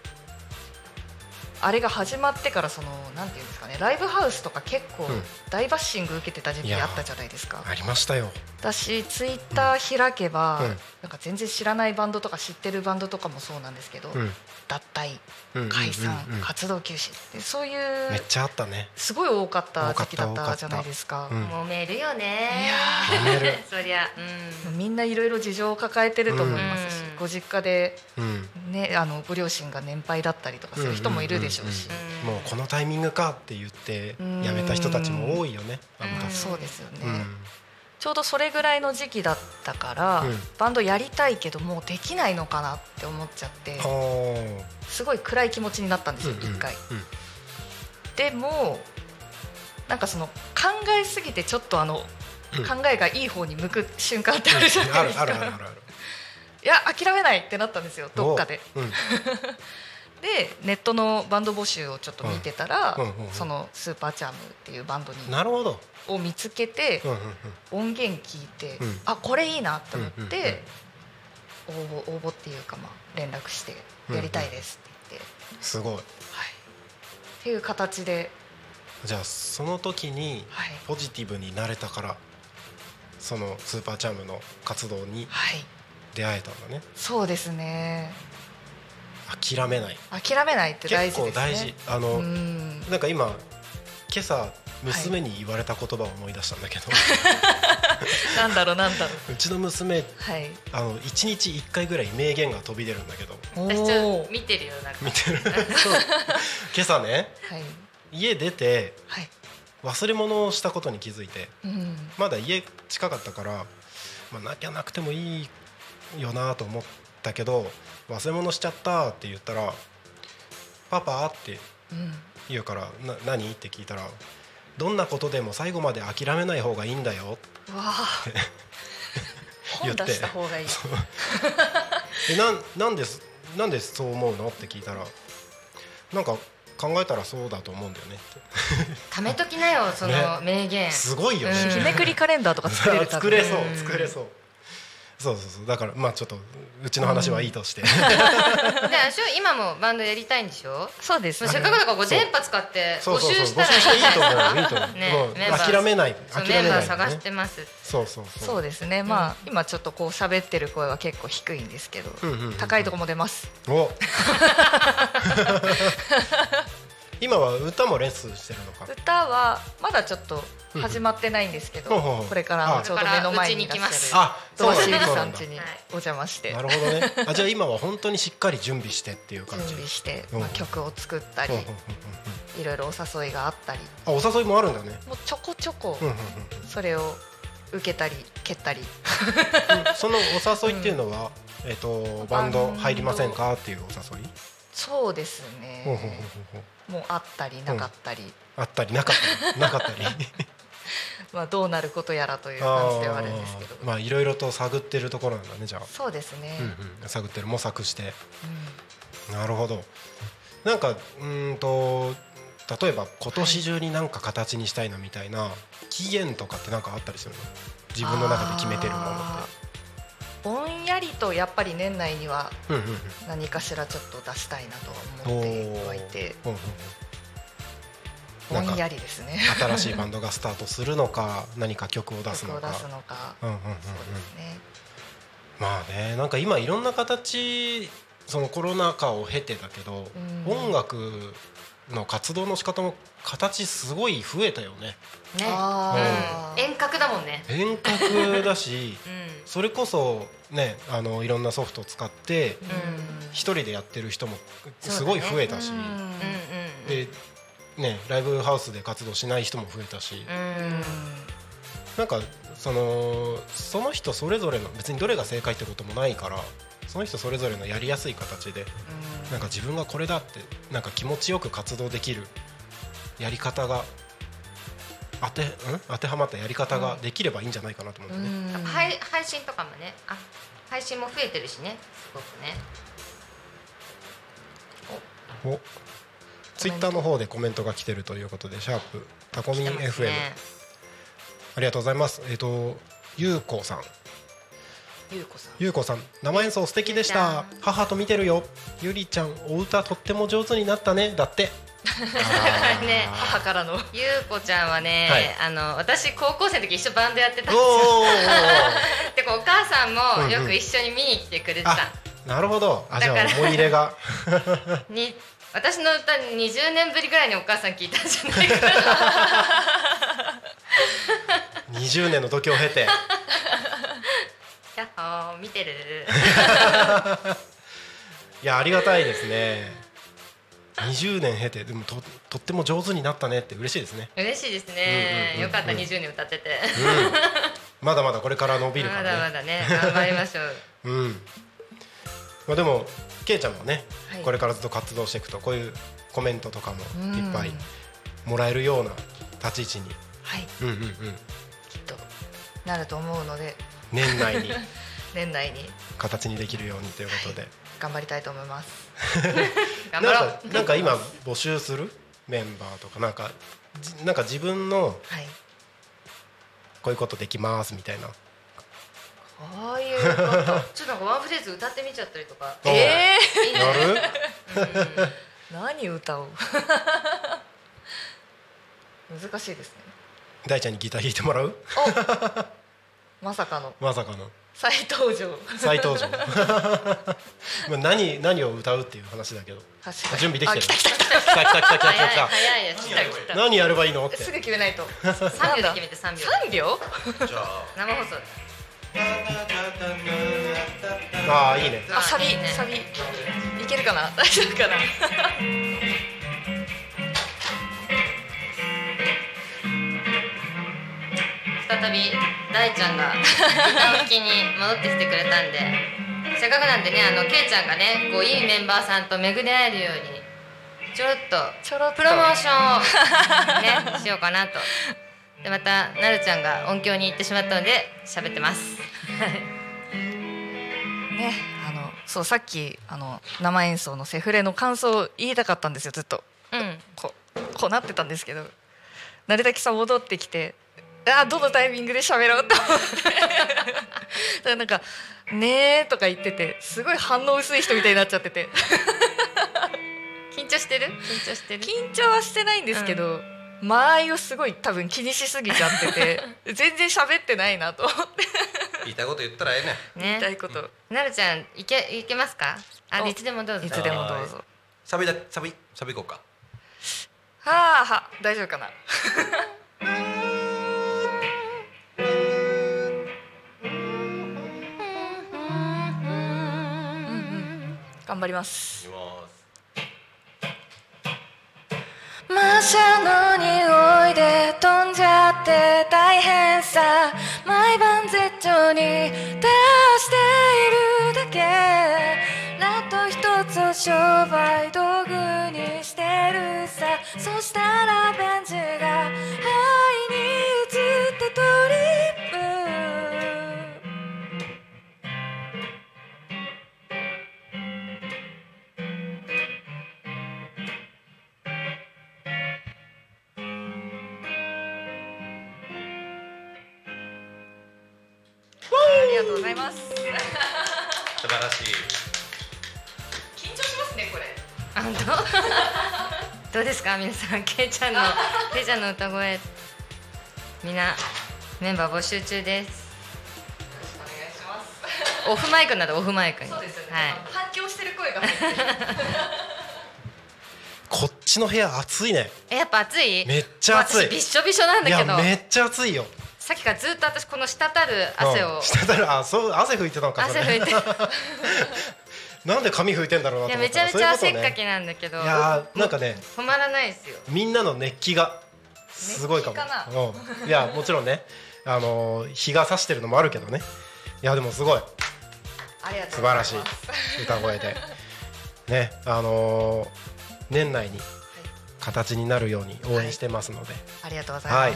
あれが始まってからそのなんていうんですかね、ライブハウスとか結構うん大バッシング受けてた時期あったじゃないですか。 ありましたよ。 私ツイッター開けば、 うんなんか全然知らないバンドとか知ってるバンドとかもそうなんですけど、 うん脱退、 うん解散、 うんうんうん活動休止でそういめうっちゃあったね。 すごい多かった時期だっ多かったたじゃないですか。 うん揉めるよね。 いや揉めるそりゃ、うん、 みんないろいろ事情を抱えてると思いますし、 うんご実家で、 うんね、あのご両親が年配だったりとかする人もいるでしょうし、 うんもうこのタイミングかって言ってうん辞めた人たちも多いよね。バンドうんそうですよね、 うんちょうどそれぐらいの時期だったから、うん、バンドやりたいけどもうできないのかなって思っちゃってすごい暗い気持ちになったんですよ、うんうん、一回、うん、でもなんかその考えすぎてちょっとあの、うん、考えがいい方に向く瞬間ってあるじゃないですか、うん、あるあるあるあるいや諦めないってなったんですよどっかで、うん、でネットのバンド募集をちょっと見てたら、うんうんうんうん、そのスーパーチャームっていうバンドになるほどを見つけて、うんうんうん、音源聞いて、うん、あこれいいなと思って、うんうんうん、応募応募っていうか、まあ、連絡してやりたいですって言って、 うんうん、すごい、はい、 っていう形でじゃあその時にポジティブになれたから、はい、そのスーパーチャームの活動に出会えたんだね、はい、 そうですね諦めない諦めないって大事ですね。 結構大事。あのうんなんか今今朝娘に言われた言葉を思い出したんだけど、はい、 なんだろうなんだろううちの娘、はい、あのいちにちいっかいぐらい名言が飛び出るんだけど私ちょっと見てるよなんか見てるそう今朝ね、はい、家出て、はい、忘れ物をしたことに気づいて、うん、まだ家近かったから、まあ、なきゃなくてもいいよなと思ったけど忘れ物しちゃったって言ったらパパって言うから、うん、な何って聞いたらどんなことでも最後まで諦めない方がいいんだよって言って本出した方がいいえな, なんでなんでそう思うのって聞いたらなんか考えたらそうだと思うんだよねって貯めときなよその名言、 ね、すごいよね、 うん、日めくりカレンダーとか作れる作れそう作れそうそうそうそうだからまあちょっとうちの話はいいとして、うん、で今もバンドやりたいんでしょ。 そうです、 ね、せっかくだから電波使って募集したらいいと思ういいと思う、ね、もう諦めない諦めない、ね、 メンバー探してます。 そうそうそうそうですね、まあ、うん、今ちょっとこう喋ってる声は結構低いんですけど、うんうんうんうん、高いとこも出ますお今は歌もレッスンしてるのか。 歌はまだちょっと始まってないんですけど、うんうん、これからちょうど目の前にいらっしゃる土橋ゆりさん家にお邪魔してなるほどねあじゃあ今は本当にしっかり準備してっていう感じ。 準備して、まあ、曲を作ったりいろいろお誘いがあったり。 あお誘いもあるんだね。 もうちょこちょこそれを受けたり蹴ったりそのお誘いっていうのは、うん、えーとバンド入りませんかっていうお誘い。 そうですねほうほうほうほうもうあったりなかったり、うん、 あったりなかったりなかったりまあどうなることやらという感じではあるんですけど、 まあいろいろと探ってるところなんだねじゃあ。 そうですね、 うんうん、探ってる模索して、うん、なるほど。なんかうんと例えば今年中に何か形にしたいなみたいな期限とかって何かあったりするの？自分の中で決めてるものって。 ぼんやりとやっぱり年内には何かしらちょっと出したいなとは思ってはいて、ぼんやりですね。 新しいバンドがスタートするのか何か曲を出すのか。 曲を出すのか。そうですね。 まあね、なんか今いろんな形、そのコロナ禍を経てだけど、うん、音楽の活動の仕方も形すごい増えたよね。 ね、あ、うん、遠隔だもんね。 遠隔だし、うん、それこそね、あのいろんなソフトを使って一、うん、人でやってる人もすごい増えたし、でね、ライブハウスで活動しない人も増えたし、うん、なんかそのその人それぞれの別にどれが正解ってこともないから、その人それぞれのやりやすい形で、うん、なんか自分がこれだってなんか気持ちよく活動できるやり方が当て、うん、当てはまったやり方ができればいいんじゃないかなと思ってね、 うん、配, 配信とかもね、あ配信も増えてるしね、すごくね。 おおツイッターの方でコメントが来てるということで、シャープタコミン エフエム、ね、ありがとうございます。えっ、ー、とゆうこさんゆうこさんゆうこさん生演奏素敵でした。母と見てるよ。ゆりちゃんお歌とっても上手になったねだってね、母からのゆうこちゃんはね、はい、あの私高校生の時一緒バンドやってたんですよでお母さんもよく一緒に見に来てくれてた、うんうん、なるほど。あ、じゃあ思い入れがに私の歌にじゅうねんぶりぐらいにお母さん聞いたんじゃないかなにじゅうねんの時を経てやっほー見てるいやありがたいですね。にじゅうねん経てでも と, とっても上手になったねって嬉しいですね。 嬉しいですね、うんうんうんうん、よかったにじゅうねん歌ってて、 まだまだこれから伸びるかまらね。 だまだね頑張りましょう。 うん。まあでもけいちゃんもね、 はい、 これからずっと活動していくとこういうコメントとかもいっぱいうんもらえるような立ち位置に、 はい、 うんうんうん、 きっとなると思うので年内に年内に形にできるようにということで、はい、 頑張りたいと思います。 頑張ろう。 なんかなんか今募集するメンバーとかなんかなんか自分のはい、 こういうことできますみたいな。 こういうことちょっとなんかワンフレーズ歌ってみちゃったりとか。 えー、いいね。 やる？ うん、何歌おう。難しいですね。 大ちゃんにギター弾いてもらう？ まさかのまさかの再登場。 再登場。まあ何何を歌うっていう話だけど。準備できてる。 来た来た来た来た来た来た来た来た。 早いやつ。来た来た。 何やればいいのって。 すぐ決めないと。 三秒で決めて三秒。 三秒？ じゃあ生放送。 ああいいね。 あ、サビサビいけるかな、大丈夫かな。 再び大ちゃんがギター弾きに戻ってきてくれたんで、せっかくなんでね、あのけいちゃんがねこういいメンバーさんと巡り会えるようにちょろっとちょろっとプロモーションをねしようかなと。でまたなるちゃんが音響に行ってしまったので喋ってます。 ね、あのそうさっきあの生演奏のセフレの感想を言いたかったんですよ、ずっと。 うん。 こうこうなってたんですけど、成滝さん戻ってきて、あどのタイミングで喋ろうと思ってだからなんか「ねー」とか言ってて、すごい反応薄い人みたいになっちゃってて緊張してる？緊張してる？ 緊張はしてないんですけど、うん、間合いをすごい多分気にしすぎちゃってて全然喋ってないなと思って言いたいこと言ったらええね。 ね、 言いたいこと。 なるちゃんいけいけますか？あ、いつでもどうぞ。 いつでもどうぞ。 サビだサビサビ行こうか。 はあは大丈夫かな。頑張ります。マシャの匂いで飛んじゃって大変さ、毎晩絶頂に出しているだけ。ラット一つを商売道具にしてるさ。そしたらベンチが愛に移ってトリップ。ありがとうございます。 素晴らしい。 緊張しますねこれ。 あ、本当？どうですか皆さん、けいちゃんのけいちゃんの歌声、みんなメンバー募集中です。 よろしくお願いします。 オフマイクなどオフマイクに。 そうですよね。 はい。 反響してる声が入ってる。 こっちの部屋暑いね。 え、やっぱ暑い？ めっちゃ暑い。 私びっしょびしょなんだけど。 いやめっちゃ暑いよ。 さっきからずっと私この滴る汗を、 うん、滴る、あ、そう汗拭いてたのか。 汗拭いてなんで髪拭いてんだろうなと思ったら。 いやめちゃめちゃ汗っそういうことね。 かきなんだけど、 いやなんかね止まらないですよ。 みんなの熱気がすごいかも。 熱気かうん、いやもちろんね、あのー、日が差してるのもあるけどね。いやでもすごいありがと素晴らしうございますい歌声でね、あのー、年内に形になるように応援してますので、はい、 ありがとうございます。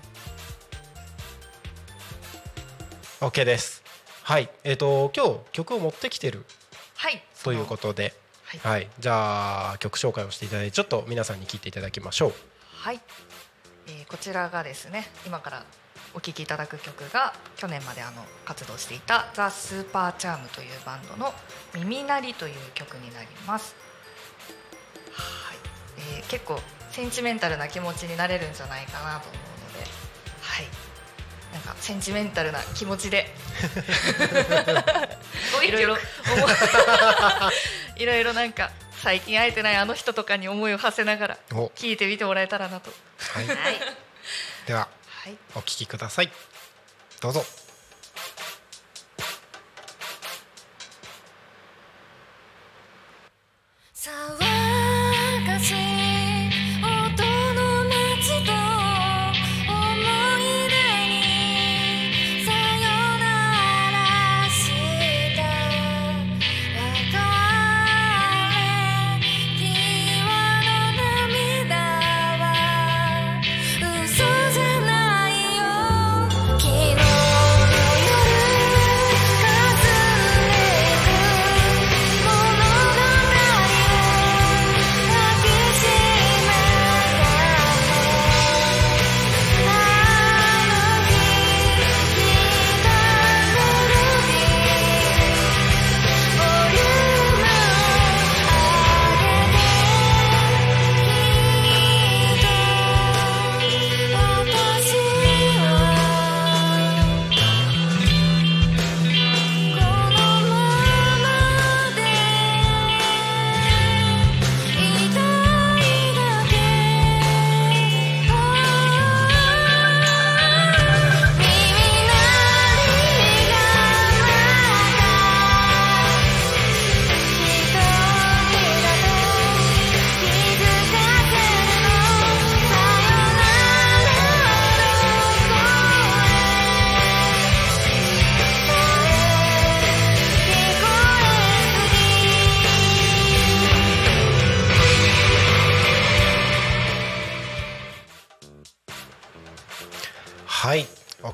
はい、OK です。はい、えっ、ー、と今日曲を持ってきてるはいということで、 はい、 はい、じゃあ曲紹介をしていただいて、ちょっと皆さんに聞いていただきましょう。 はい、えー、こちらがですね、今からお聴きいただく曲が去年まであの活動していたザ・スーパーチャームというバンドの耳鳴りという曲になります。はい、えー、結構センチメンタルな気持ちになれるんじゃないかなと思うので、はい、なんかセンチメンタルな気持ちでいろいろいろいろなんか最近会えてないあの人とかに思いを馳せながら聴いてみてもらえたらなと。 はい、では、はい、お聴きください。どうぞ。 騒がしい音の街と思い出に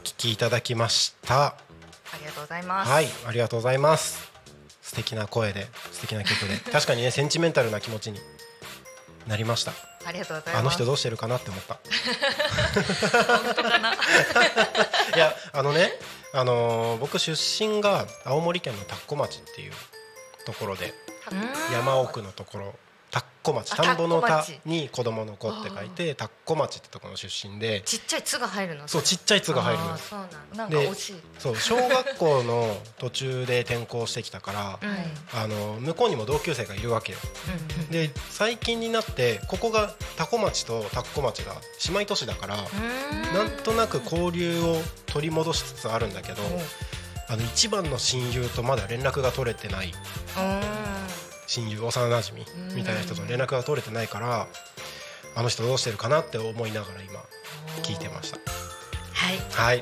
聴きいただきました。 ありがとうございます。 はい、ありがとうございます。素敵な声で素敵な曲で確かにねセンチメンタルな気持ちになりました。 ありがとうございます。 あの人どうしてるかなって思った本当かな。 いやあのね、あのー、僕出身が青森県の田子町っていうところで山奥のところ田子町、田んぼの田に子供の子って書いて田子町ってところの出身で、 ちっちゃい「つ」が入るの。 そうちっちゃい「つ」が入るの。 そうなんか惜しい。 そう小学校の途中で転校してきたから、うん、あの向こうにも同級生がいるわけよ、うん、で最近になってここが田子町と田子町が姉妹都市だからなんとなく交流を取り戻しつつあるんだけど、あの一番の親友とまだ連絡が取れてない、親友幼馴染みたいな人と連絡が取れてないから、あの人どうしてるかなって思いながら今聞いてました。 はいはい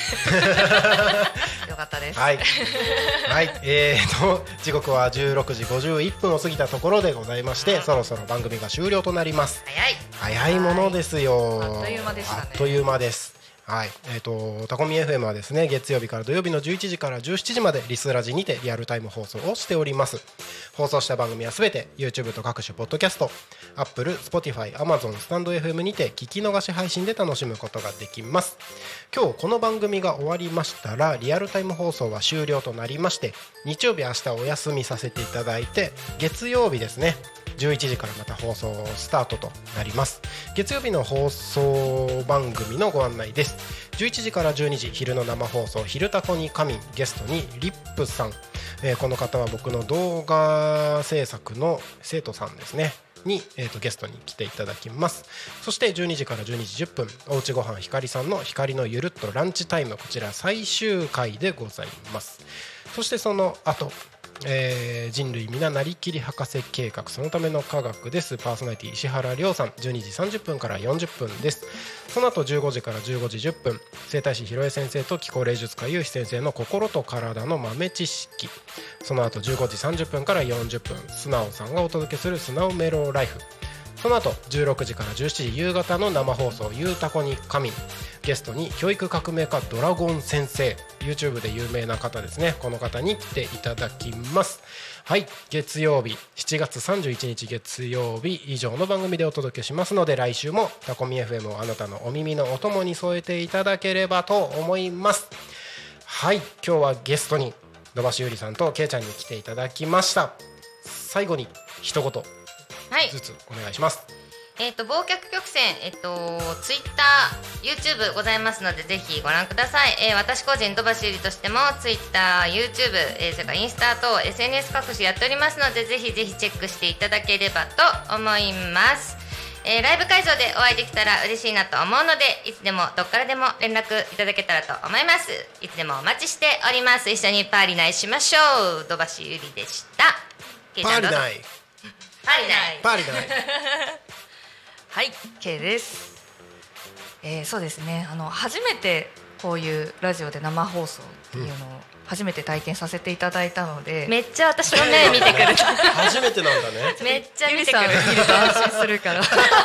よかったです。 はい、はい、えーと時刻はじゅうろくじごじゅういっぷんを過ぎたところでございまして、そろそろ番組が終了となります。 早い早いものですよ。 あっという間でしたね。 あっという間です。はい、えーとタコミ エフエム はですね、月曜日から土曜日のじゅういちじからじゅうしちじまでリスラジにてリアルタイム放送をしております。放送した番組はすべて YouTube と各種ポッドキャスト、Apple、Spotify、Amazon、スタンド エフエム にて聞き逃し配信で楽しむことができます。今日この番組が終わりましたらリアルタイム放送は終了となりまして、日曜日明日お休みさせていただいて、月曜日ですねじゅういちじからまた放送スタートとなります。月曜日の放送番組のご案内です。じゅういちじからじゅうにじ昼の生放送昼タコに仮眠、ゲストにリップさん、えー、この方は僕の動画制作の生徒さんですねに、えー、とゲストに来ていただきます。そしてじゅうにじからじゅうにじじゅっぷんおうちごはんひかりさんの光のゆるっとランチタイム、こちら最終回でございます。そしてその後えー、人類皆なりきり博士計画そのための科学です。パーソナリティ石原亮さん、じゅうにじさんじゅっぷんからよんじゅっぷんです。その後じゅうごじからじゅうごじじゅっぷん整体師ひろえ先生と気候霊術家ゆうひ先生の心と体の豆知識。その後じゅうごじさんじゅっぷんからよんじゅっぷん素直さんがお届けする素直メロライフ。その後じゅうろくじからじゅうしちじ夕方の生放送ゆうたこに仮眠、ゲストに教育革命家ドラゴン先生、 YouTube で有名な方ですね、この方に来ていただきます。はい、月曜日しちがつさんじゅういちにち月曜日以上の番組でお届けしますので、来週もタコミ エフエム をあなたのお耳のお供に添えていただければと思います。はい、今日はゲストに土橋ゆりさんとけいちゃんに来ていただきました。最後に一言ずつお願いします。 えー、と忘却曲線、えー、とツイッター、YouTube ございますのでぜひご覧ください。えー、私個人土橋ゆりとしてもツイッター、YouTube、えー、それからインスタ等 エスエヌエス 各種やっておりますのでぜひぜひチェックしていただければと思います。えー、ライブ会場でお会いできたら嬉しいなと思うので、いつでもどっからでも連絡いただけたらと思います。いつでもお待ちしております。一緒にパーリナイしましょう。土橋ゆりでした。 パーリナイパーリナイパーリナイはい、K です。えー、そうですね、あの初めてこういうラジオで生放送っていうのを初めて体験させていただいたので、 めっちゃ私の目見てくる初めてなんだね。 めっちゃ見てくる。 ゆりさん見ると安心するから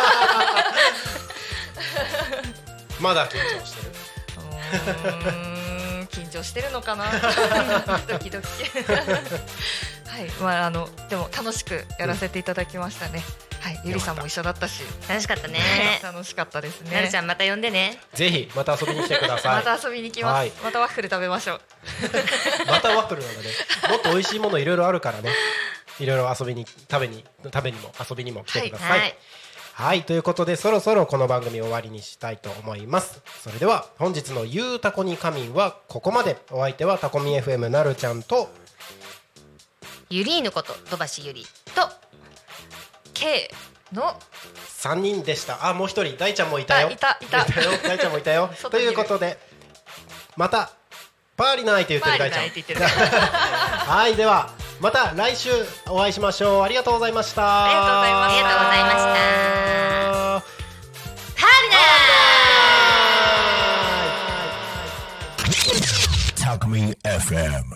まだ緊張してる。 うーん緊張してるのかなドキドキはい、まあ、あのでも楽しくやらせていただきましたね。はい、ゆりさんも一緒だったし楽しかったね楽しかったですね。 なるちゃんまた呼んでね。 ぜひまた遊びに来てください。 また遊びに来ます、はい、またワッフル食べましょうまたワッフルなんだね。もっと美味しいものいろいろあるからね、いろいろ遊びに食べに食べにも遊びにも来てください。はい、はいはい、ということでそろそろこの番組終わりにしたいと思います。それでは本日のゆうたこに仮眠はここまで。お相手はタコミ エフエム なるちゃんとゆりーぬこと土橋ゆりと K のさんにんでした。あ、もう一人大ちゃんもいたよ。 いたいたいたよ大ちゃんもいたよということでまたパーリナイって言ってる大ちゃんはい、ではまた来週お会いしましょう。ありがとうございました。 ありがとうございました。 ありがとうございました。パーリナイタコミ エフエム